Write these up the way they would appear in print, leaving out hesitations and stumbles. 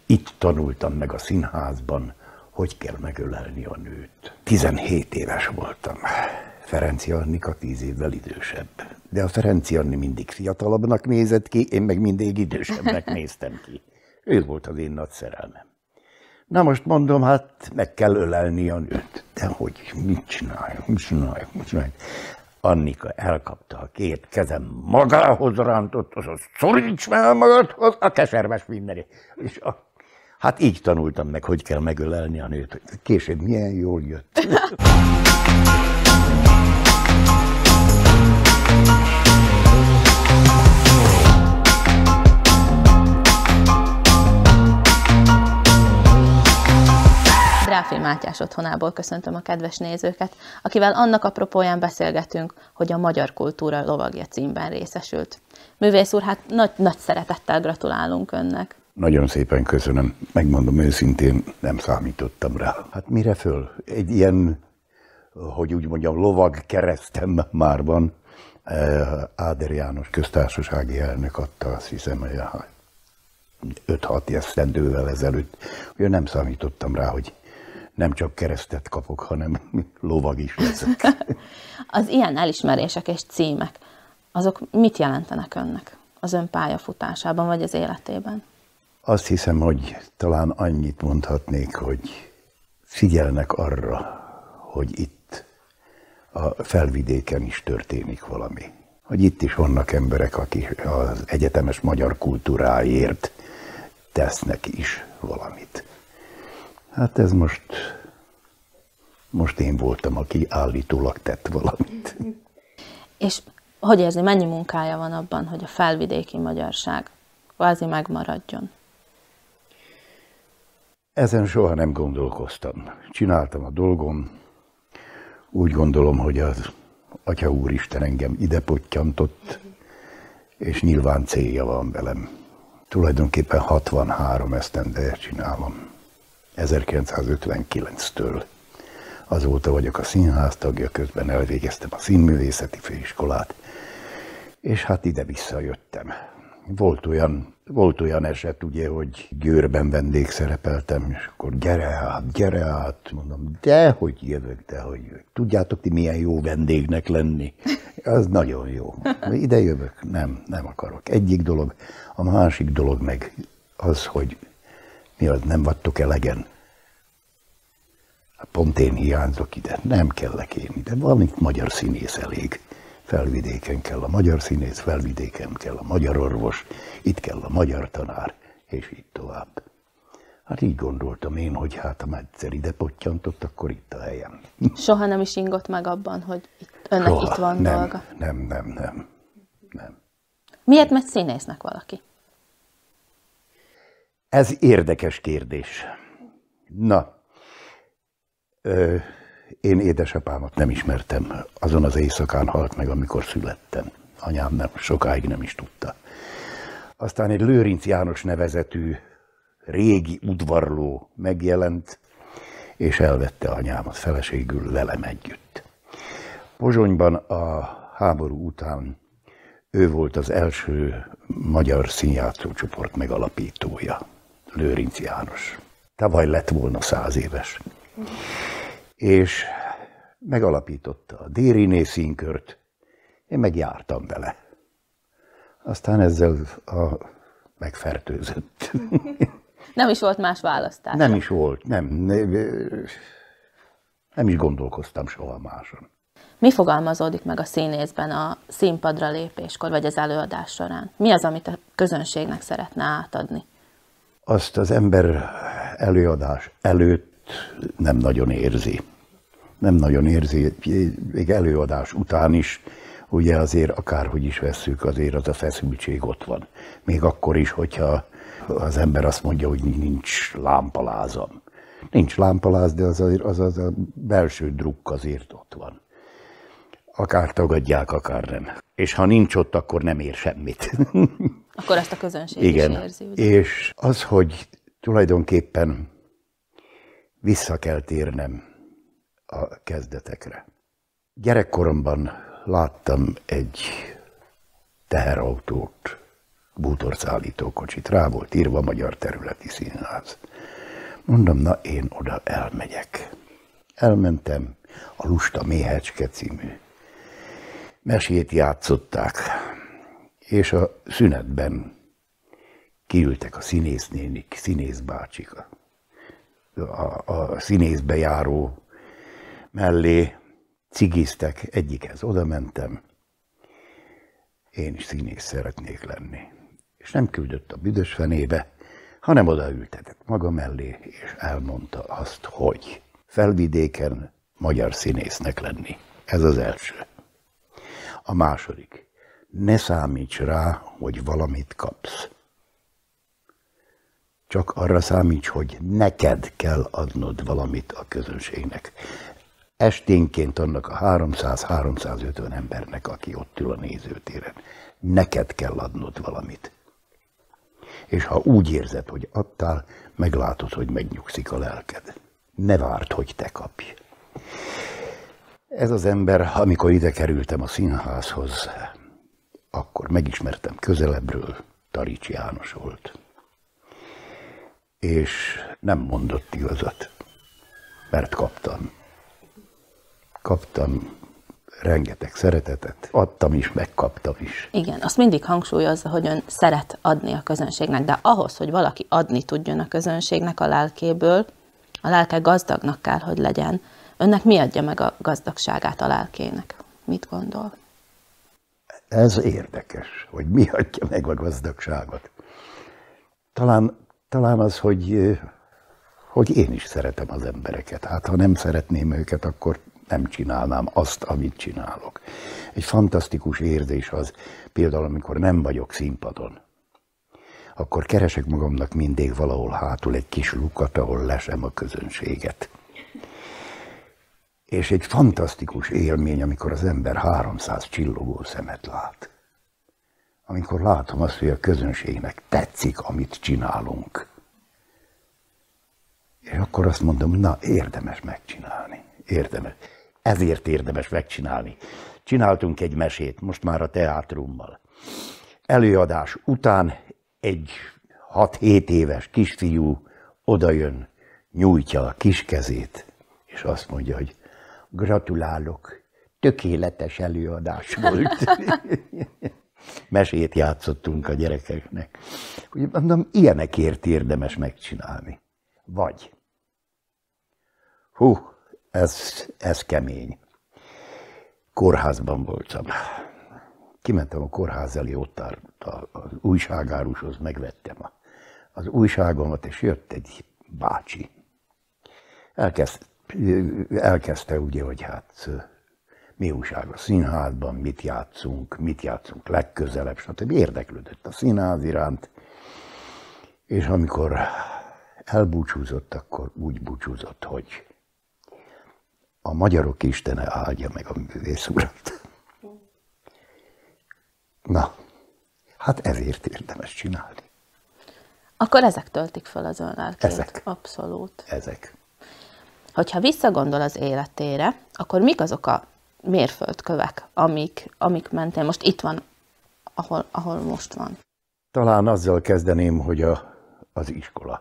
Itt tanultam meg a színházban, hogy kell megölelni a nőt. 17 éves voltam. Ferenczy Annika 10 évvel idősebb. De a Ferenczy Anni mindig fiatalabbnak nézett ki, én meg mindig idősebbnek néztem ki. Ő volt az én nagy szerelmem. Na most mondom, hát meg kell ölelni a nőt. De hogy, mit csináljak? Annika elkapta a két kezem, magához rántott, az szoríts meg magadhoz, a keserves mindené. És hát így tanultam meg, hogy kell megölelni a nőt. Később milyen jól jött. Dráfy Mátyás otthonából köszöntöm a kedves nézőket, akivel annak apropóján beszélgetünk, hogy a Magyar Kultúra Lovagja címben részesült. Művész úr, hát nagy szeretettel gratulálunk önnek. Nagyon szépen köszönöm. Megmondom őszintén, nem számítottam rá. Hát mire föl? Egy ilyen, hogy úgy mondjam, lovag keresztem már van. Áder János köztársasági elnök adta, azt hiszem, 5-6 esztendővel ezelőtt. Ugye nem számítottam rá, hogy nem csak keresztet kapok, hanem lovag is leszek. Az ilyen elismerések és címek, azok mit jelentenek önnek az ön pályafutásában vagy az életében? Azt hiszem, hogy talán annyit mondhatnék, hogy figyelnek arra, hogy itt a Felvidéken is történik valami. Hogy itt is vannak emberek, akik az egyetemes magyar kultúráért tesznek is valamit. Hát ez most én voltam, aki állítólag tett valamit. És hogy érzi, mennyi munkája van abban, hogy a felvidéki magyarság kvázi megmaradjon? Ezen soha nem gondolkoztam. Csináltam a dolgom. Úgy gondolom, hogy az Atya Úristen engem ide pottyantott, és nyilván célja van velem. Tulajdonképpen 63 esztendeje csinálom. 1959-től. Azóta vagyok a színház tagja, közben elvégeztem a színművészeti főiskolát, és hát ide visszajöttem. Volt olyan eset, ugye, hogy Győrben vendégszerepeltem, és akkor gyere át, mondom, dehogy jövök. Tudjátok ti milyen jó vendégnek lenni? Az nagyon jó. Ide jövök? Nem akarok. Egyik dolog, a másik dolog meg az, hogy nem vagytok elegen. Pont én hiányzok ide, nem kellek én ide, valamit magyar színész elég. Felvidéken kell a magyar színész, Felvidéken kell a magyar orvos, itt kell a magyar tanár, és így tovább. Hát így gondoltam én, hogy hát ha egyszer ide pottyantott, akkor itt a helyem. Soha nem is ingott meg abban, hogy önnek itt van dolga? Nem. Miért megy színésznek valaki? Ez érdekes kérdés. Na, én édesapámat nem ismertem. Azon az éjszakán halt meg, amikor születtem. Anyám sokáig nem is tudta. Aztán egy Lőrinc János nevezetű régi udvarló megjelent, és elvette anyámat feleségül velem együtt. Pozsonyban a háború után ő volt az első magyar színjátszócsoport megalapítója, Lőrinc János. Tavaly lett volna 100 éves. És megalapította a Dériné színkört, én meg jártam vele. Aztán ezzel megfertőzött. Nem is volt más választás. Nem is volt, nem is gondolkoztam soha máson. Mi fogalmazódik meg a színészben a színpadra lépéskor, vagy az előadás során? Mi az, amit a közönségnek szeretne átadni? Azt az ember előadás előtt nem nagyon érzi. Még előadás után is, ugye azért akárhogy is vesszük, azért az a feszültség ott van. Még akkor is, hogyha az ember azt mondja, hogy nincs lámpalázam. Nincs lámpaláz, de az a belső drukk azért ott van. Akár tagadják, akár nem. És ha nincs ott, akkor nem ér semmit. Akkor azt a közönség igen, is érzi. Ugye? És az, hogy tulajdonképpen vissza kell térnem a kezdetekre. Gyerekkoromban láttam egy teherautót bútorszállító kocsit, rá volt írva Magyar Területi Színház. Mondom, na én oda elmegyek. Elmentem, a Lusta Méhecske című mesét játszották, és a szünetben kiültek a színésznénik, színészbácsik, a színészbe járó mellé cigiztek, egyikhez oda mentem, én is színész szeretnék lenni. És nem küldött a büdös fenébe, hanem odaültetett maga mellé, és elmondta azt, hogy Felvidéken magyar színésznek lenni. Ez az első. A második. Ne számíts rá, hogy valamit kapsz. Csak arra számíts, hogy neked kell adnod valamit a közönségnek. Esténként annak a 300-350 embernek, aki ott ül a nézőtéren. Neked kell adnod valamit. És ha úgy érzed, hogy adtál, meglátod, hogy megnyugszik a lelked. Ne várd, hogy te kapj. Ez az ember, amikor ide kerültem a színházhoz, akkor megismertem közelebbről, Tarics János volt. És nem mondott igazat, mert kaptam. Kaptam rengeteg szeretetet, adtam is, megkaptam is. Igen, azt mindig hangsúlyozza, hogy ön szeret adni a közönségnek, de ahhoz, hogy valaki adni tudjon a közönségnek a lelkéből, a lelke gazdagnak kell, hogy legyen. Önnek mi adja meg a gazdagságát a lelkének? Mit gondol? Ez érdekes, hogy mi adja meg a gazdagságot. Talán az, hogy én is szeretem az embereket. Hát ha nem szeretném őket, akkor nem csinálnám azt, amit csinálok. Egy fantasztikus érzés az, például amikor nem vagyok színpadon, akkor keresek magamnak mindig valahol hátul egy kis lukat, ahol lesem a közönséget. És egy fantasztikus élmény, amikor az ember 300 csillogó szemet lát. Amikor látom azt, hogy a közönségnek tetszik, amit csinálunk. És akkor azt mondom, na, érdemes megcsinálni. Érdemes. Ezért érdemes megcsinálni. Csináltunk egy mesét, most már a teátrummal. Előadás után egy 6-7 éves kisfiú odajön, nyújtja a kis kezét, és azt mondja, hogy gratulálok, tökéletes előadás volt. Mesét játszottunk a gyerekeknek. Úgy mondom, ilyenekért érdemes megcsinálni. Vagy, ez kemény. Kórházban voltam. Kimentem a kórház elé, ott az újságárushoz, megvettem az újságomat, és jött egy bácsi. Elkezdte ugye, hogy hát mi újság a színházban, mit játszunk legközelebb, stb. Érdeklődött a színház iránt, és amikor elbúcsúzott, akkor úgy búcsúzott, hogy a magyarok istene áldja meg a művész urat. Na, hát ezért érdemes csinálni. Akkor ezek töltik fel az ön lelkét. Ezek. Abszolút. Ezek. Hogyha visszagondol az életére, akkor mik azok a mérföldkövek, amik mentén most itt van, ahol most van? Talán azzal kezdeném, hogy az iskola.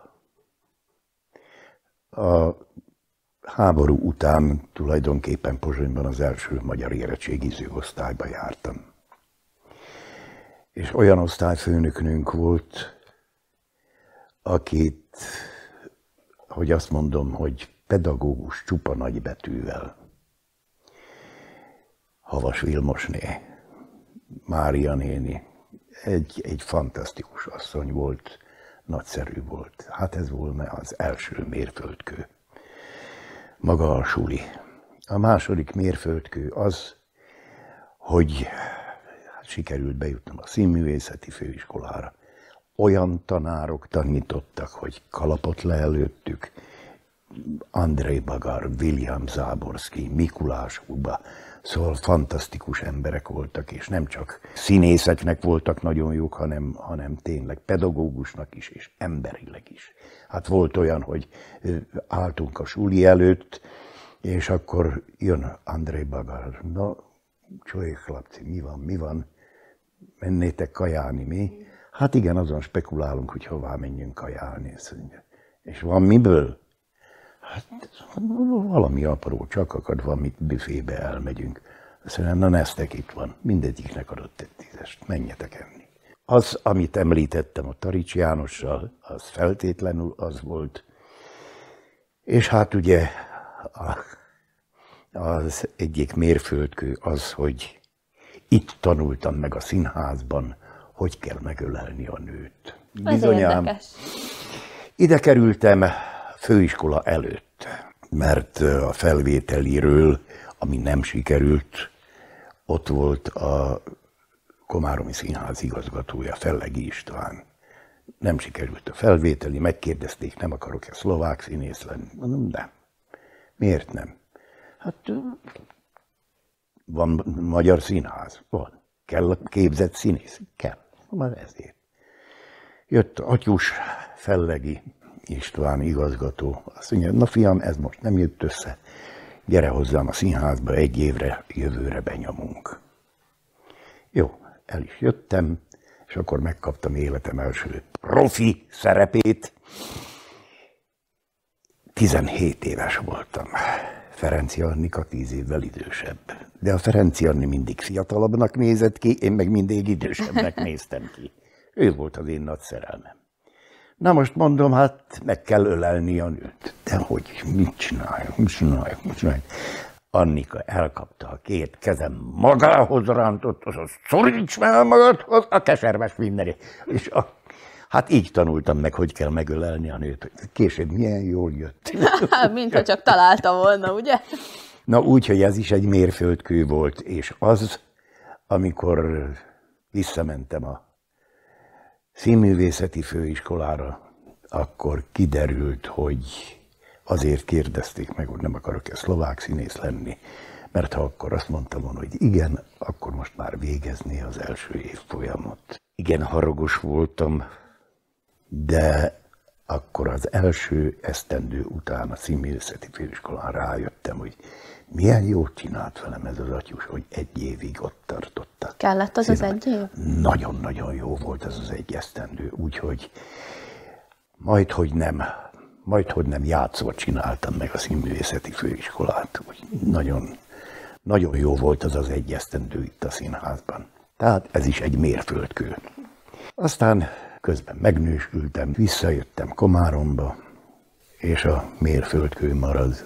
A háború után tulajdonképpen Pozsonyban az első magyar érettségiző osztályba jártam. És olyan osztályfőnökünk volt, akit, hogy azt mondom, hogy pedagógus csupa nagybetűvel. Havas Vilmosné, Mária néni, egy fantasztikus asszony volt, nagyszerű volt. Hát ez volna az első mérföldkő. Maga a suli. A második mérföldkő az, hogy sikerült bejutnom a színművészeti főiskolára. Olyan tanárok tanítottak, hogy kalapot le előttük. Andrej Bagar, William Záborszky, Mikulás Huba, szóval fantasztikus emberek voltak, és nem csak színészeknek voltak nagyon jók, hanem tényleg pedagógusnak is, és emberileg is. Hát volt olyan, hogy álltunk a suli előtt, és akkor jön Andrej Bagar. Na, csojék, lapci, mi van? Mennétek kajálni, mi? Hát igen, azon spekulálunk, hogy hová menjünk kajálni. És van miből? Hát valami apró, csak akad valamit, büfébe elmegyünk. Azt mondja, na neztek itt van, mindegyiknek adott egy 10-est, menjetek enni. Az, amit említettem a Tarics Jánossal, az feltétlenül az volt. És hát ugye az egyik mérföldkő az, hogy itt tanultam meg a színházban, hogy kell megölelni a nőt. Bizonyám, ide kerültem főiskola előtt, mert a felvételiről, ami nem sikerült, ott volt a Komáromi Színház igazgatója, Fellegi István. Nem sikerült a felvételi, megkérdezték, nem akarok-e szlovák színész lenni. Mondom, nem. Miért nem? Hát van magyar színház? Van. Kell képzett színész? Kell. Már ezért. Jött Atyus, Fellegi István igazgató. Azt mondja, na fiam, ez most nem jött össze. Gyere hozzám a színházba, 1 évre, jövőre benyomunk. Jó, el is jöttem, és akkor megkaptam életem első profi szerepét. 17 éves voltam. Ferenci Annika 10 évvel idősebb. De a Ferenci Anni mindig fiatalabbnak nézett ki, én meg mindig idősebbnek néztem ki. Ő volt az én nagy szerelmem. Na most mondom, hát meg kell ölelni a nőt. De hogy? Mit csináljak? Annika elkapta a 2 kezem, magához rántott, az szoríts meg magadhoz, a keserves mindené. És hát így tanultam meg, hogy kell megölelni a nőt. Később milyen jól jött. Mintha csak találta volna, ugye? Na úgy, hogy ez is egy mérföldkő volt, és az, amikor visszamentem a színművészeti főiskolára, akkor kiderült, hogy azért kérdezték meg, hogy nem akarok-e szlovák színész lenni, mert ha akkor azt mondtam volna, hogy igen, akkor most már végezni az első évfolyamot. Igen, haragos voltam, de akkor az első esztendő után a színművészeti főiskolán rájöttem, hogy milyen jót csinált velem ez az Atyus, hogy 1 évig ott tartottak. Kellett az az 1 év? Nagyon-nagyon jó volt ez az 1 esztendő, úgyhogy majdhogy nem játszva csináltam meg a színművészeti főiskolát. Nagyon, nagyon jó volt az az 1 esztendő itt a színházban. Tehát ez is egy mérföldkő. Aztán közben megnősültem, visszajöttem Komáromba, és a mérföldkő marad.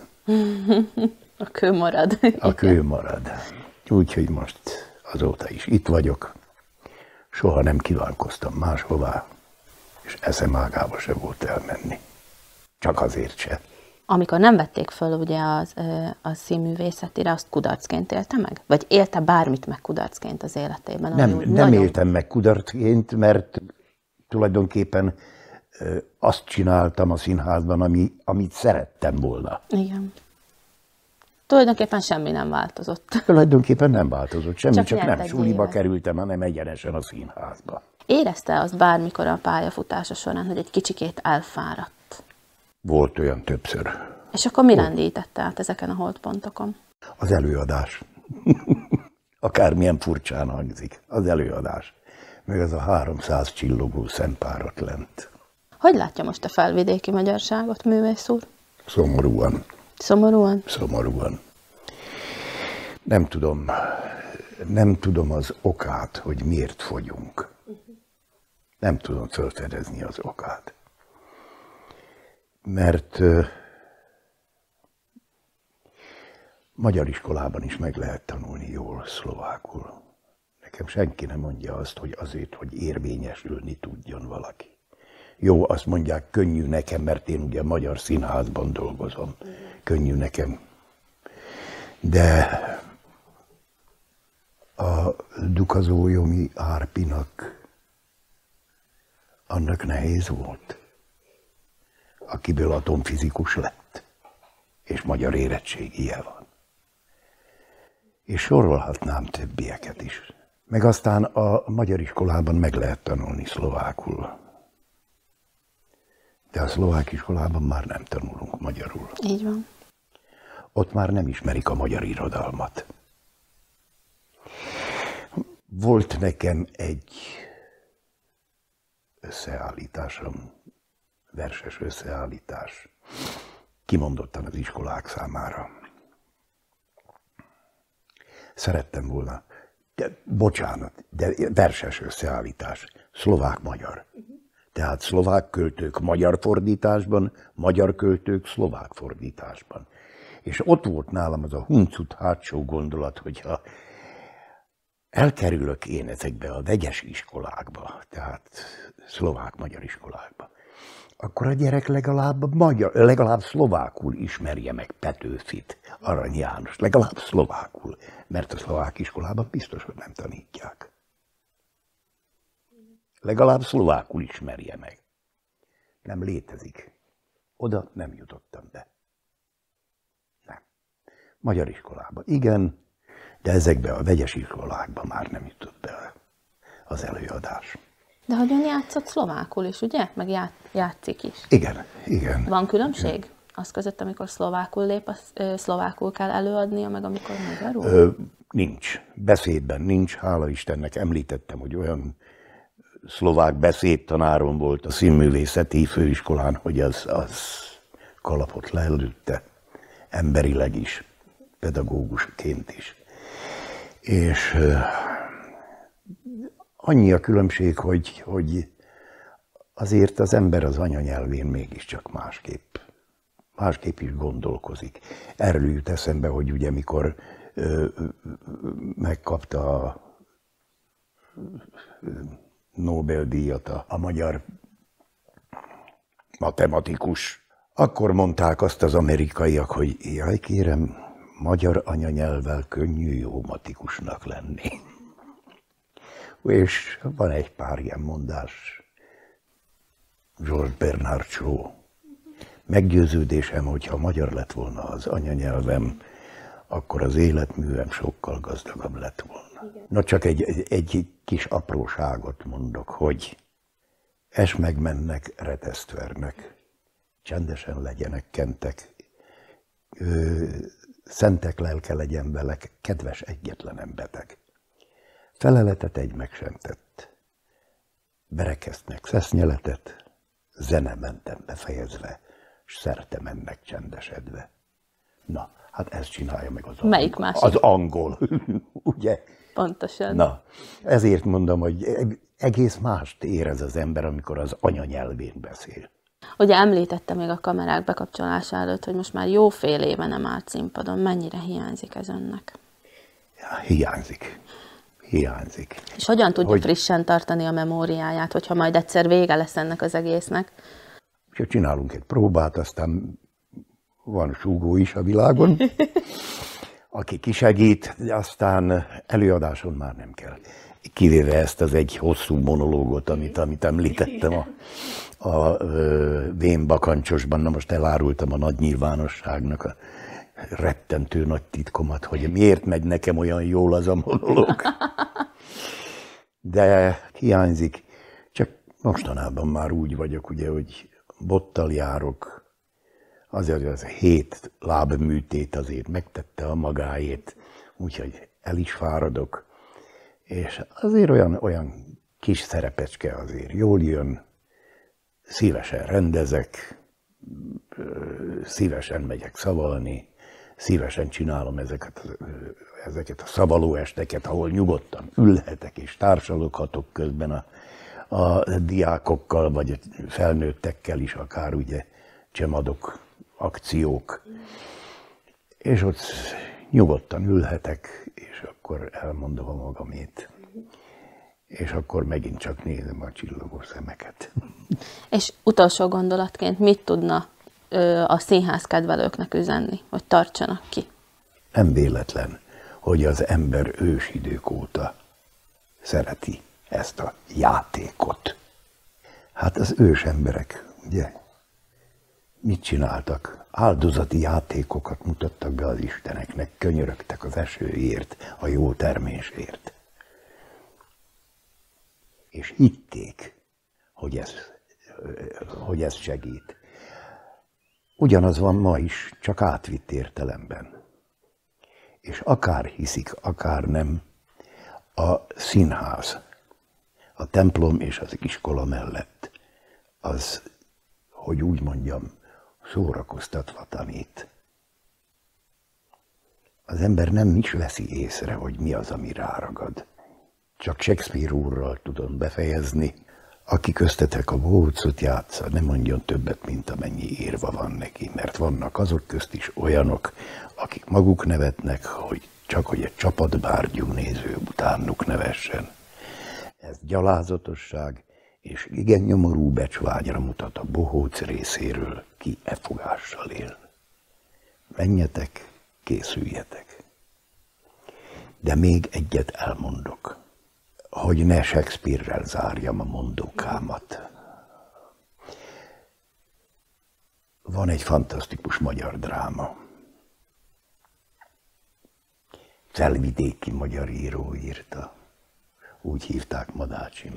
A kő marad. A kő marad. Úgyhogy most azóta is itt vagyok. Soha nem kívánkoztam máshová, és eszem ágába se volt elmenni. Csak azért se. Amikor nem vették föl ugye a színművészetire, azt kudarcként élte meg? Vagy élte bármit meg kudarcként az életében? Nem éltem meg kudarcként, mert tulajdonképpen azt csináltam a színházban, amit szerettem volna. Igen. Tulajdonképpen semmi nem változott. Tulajdonképpen nem változott semmi, csak nem suliba évet kerültem, hanem egyenesen a színházba. Érezte azt bármikor a pályafutása során, hogy egy kicsikét elfáradt? Volt olyan többször. És akkor mi lendítette át ezeken a holdpontokon? Az előadás. Akármilyen furcsán hangzik. Az előadás. Meg az a 300 csillogó szempárat lent. Hogy látja most a felvidéki magyarságot, művész úr? Szomorúan. Szomorúan? Szomorúan. Nem tudom az okát, hogy miért fogyunk. Nem tudom felfedezni az okát. Mert magyar iskolában is meg lehet tanulni jól szlovákul. Nekem senki nem mondja azt, hogy azért, hogy érvényesülni tudjon valaki. Jó, azt mondják, könnyű nekem, mert én ugye magyar színházban dolgozom. Könnyű nekem. De a Dukazójomi Árpinak annak nehéz volt, akiből atomfizikus lett, és magyar érettségie van. És sorolhatnám többieket is. Meg aztán a magyar iskolában meg lehet tanulni szlovákul. De a szlovák iskolában már nem tanulunk magyarul. Így van. Ott már nem ismerik a magyar irodalmat. Volt nekem egy összeállításom, verses összeállítás, kimondottan az iskolák számára. Szerettem volna, bocsánat, de verses összeállítás, szlovák-magyar. Tehát szlovák költők magyar fordításban, magyar költők szlovák fordításban. És ott volt nálam az a huncut hátsó gondolat, hogyha elkerülök én ezekbe a vegyes iskolákba, tehát szlovák-magyar iskolákba, akkor a gyerek legalább szlovákul ismerje meg Petőfit, Arany János, legalább szlovákul, mert a szlovák iskolában biztos, hogy nem tanítják. Legalább szlovákul ismerje meg. Nem létezik. Oda nem jutottam be. Nem. Magyar iskolában igen, de ezekbe a vegyes iskolákban már nem jutott be az előadás. De hogyan játszott szlovákul is, ugye? Meg játszik is. Igen, igen. Van különbség az között, amikor szlovákul lép, szlovákul kell előadnia, meg amikor magyarul? Nincs. Beszédben nincs. Hála Istennek említettem, hogy olyan szlovák beszédtanárom volt a színművészeti főiskolán, hogy az kalapot leelőtte, emberileg is, pedagógusként is. És annyi a különbség, hogy azért az ember az anyanyelvén mégiscsak másképp is gondolkozik. Erről jut eszembe, hogy ugye mikor megkapta a Nobel-díjat a magyar matematikus, akkor mondták azt az amerikaiak, hogy jaj kérem, magyar anyanyelvvel könnyű jó matikusnak lenni. És van egy pár ilyen mondás. George Bernard Shaw. Meggyőződésem, hogyha magyar lett volna az anyanyelvem, akkor az életművem sokkal gazdagabb lett volna. Igen. Na csak egy kis apróságot mondok, hogy es megmennek, reteszt vernek, csendesen legyenek kentek, szentek lelke legyen velek, kedves egyetlenem beteg. Feleletet egy meg sem tett, berekesztnek szesznyeletet, zene mentem befejezve, s szerte mennek csendesedve. Na, hát ezt csinálja meg az Melyik másik? Az angol, ugye? Pontosan. Na, ezért mondom, hogy egész mást érez az ember, amikor az anyanyelvén beszél. Ugye említette még a kamerák bekapcsolása előtt, hogy most már jó fél éve nem állt színpadon. Mennyire hiányzik ez önnek? Ja, hiányzik. És hogyan tudja frissen tartani a memóriáját, hogyha majd egyszer vége lesz ennek az egésznek? És csinálunk egy próbát, aztán van súgó is a világon, aki kisegít, de aztán előadáson már nem kell. Kivéve ezt az egy hosszú monológot, amit említettem a Vén-bakancsosban. Na most elárultam a nagy nyilvánosságnak a rettentő nagy titkomat, hogy miért megy nekem olyan jól az a monológ. De hiányzik. Csak mostanában már úgy vagyok, ugye, hogy bottal járok, azért az 7 lábműtét azért megtette a magáét, úgyhogy el is fáradok. És azért olyan kis szerepecske azért jól jön, szívesen rendezek, szívesen megyek szavalni, szívesen csinálom ezeket a szavaló esteket, ahol nyugodtan ülhetek és társaloghatok közben a diákokkal, vagy a felnőttekkel is, akár ugye csemadok, akciók. És ott nyugodtan ülhetek, és akkor elmondom a magamét. És akkor megint csak nézem a csillogó szemeket. És utolsó gondolatként mit tudna a színház kedvelőknek üzenni, hogy tartsanak ki? Nem véletlen, hogy az ember ősidők óta szereti ezt a játékot. Hát az ős emberek, ugye, mit csináltak? Áldozati játékokat mutattak be az isteneknek, könyörögtek az esőért, a jó termésért. És hitték, hogy ez segít. Ugyanaz van ma is, csak átvitt értelemben. És akár hiszik, akár nem, a színház a templom és az iskola mellett, az, hogy úgy mondjam, szórakoztatva tanít. Az ember nem is veszi észre, hogy mi az, ami ráragad. Csak Shakespeare úrral tudom befejezni, aki köztetek a bohócot játsza, ne mondjon többet, mint amennyi írva van neki, mert vannak azok közt is olyanok, akik maguk nevetnek, hogy csak hogy egy csapatbárgyú néző utánuk nevessen. Ez gyalázatosság, és igen nyomorú becsvágyra mutat a bohóc részéről, ki e fogással él. Menjetek, készüljetek. De még egyet elmondok, hogy ne Shakespeare-rel zárjam a mondókámat. Van egy fantasztikus magyar dráma. Felvidéki magyar író írta. Úgy hívták, Madácsi.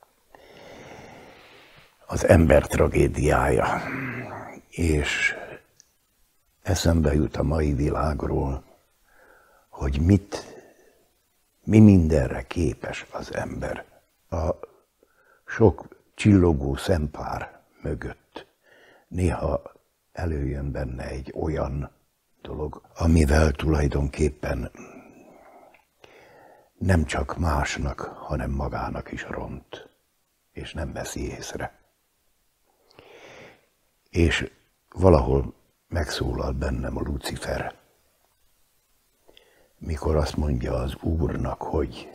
Az ember tragédiája. És eszembe jut a mai világról, hogy mi mindenre képes az ember. A sok csillogó szempár mögött néha előjön benne egy olyan dolog, amivel tulajdonképpen nem csak másnak, hanem magának is ront, és nem veszi észre. És valahol megszólal bennem a Lucifer, mikor azt mondja az Úrnak, hogy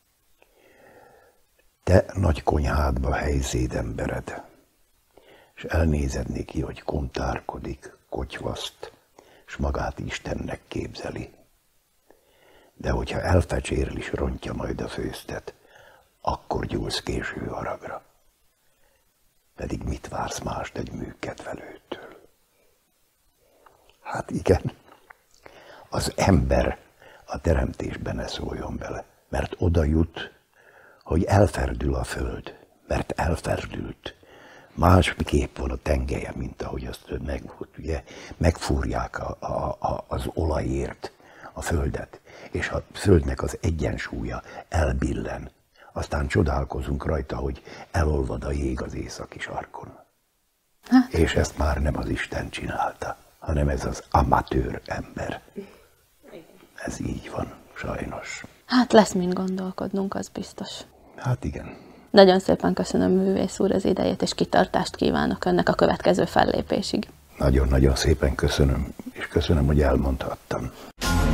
te nagy konyhádba helyzéd embered, és elnézed néki, hogy kontárkodik, kotyvaszt, és magát Istennek képzeli. De hogyha elfecsérl is rontja majd a főztet, akkor gyúlsz késő haragra. Pedig mit vársz mást egy műkedvelőtől? Hát igen, az ember a teremtésben ne szóljon bele, mert oda jut, hogy elferdül a föld, mert elferdült. Másképp van a tengelye, mint ahogy azt megvolt, ugye, megfúrják az olajért a földet, és a földnek az egyensúlya elbillen. Aztán csodálkozunk rajta, hogy elolvad a jég az északi sarkon. Hát. És ezt már nem az Isten csinálta, hanem ez az amatőr ember. Ez így van, sajnos. Hát lesz mind gondolkodnunk, az biztos. Hát igen. Nagyon szépen köszönöm, művész úr, az idejét, és kitartást kívánok önnek a következő fellépésig. Nagyon-nagyon szépen köszönöm, és köszönöm, hogy elmondhattam.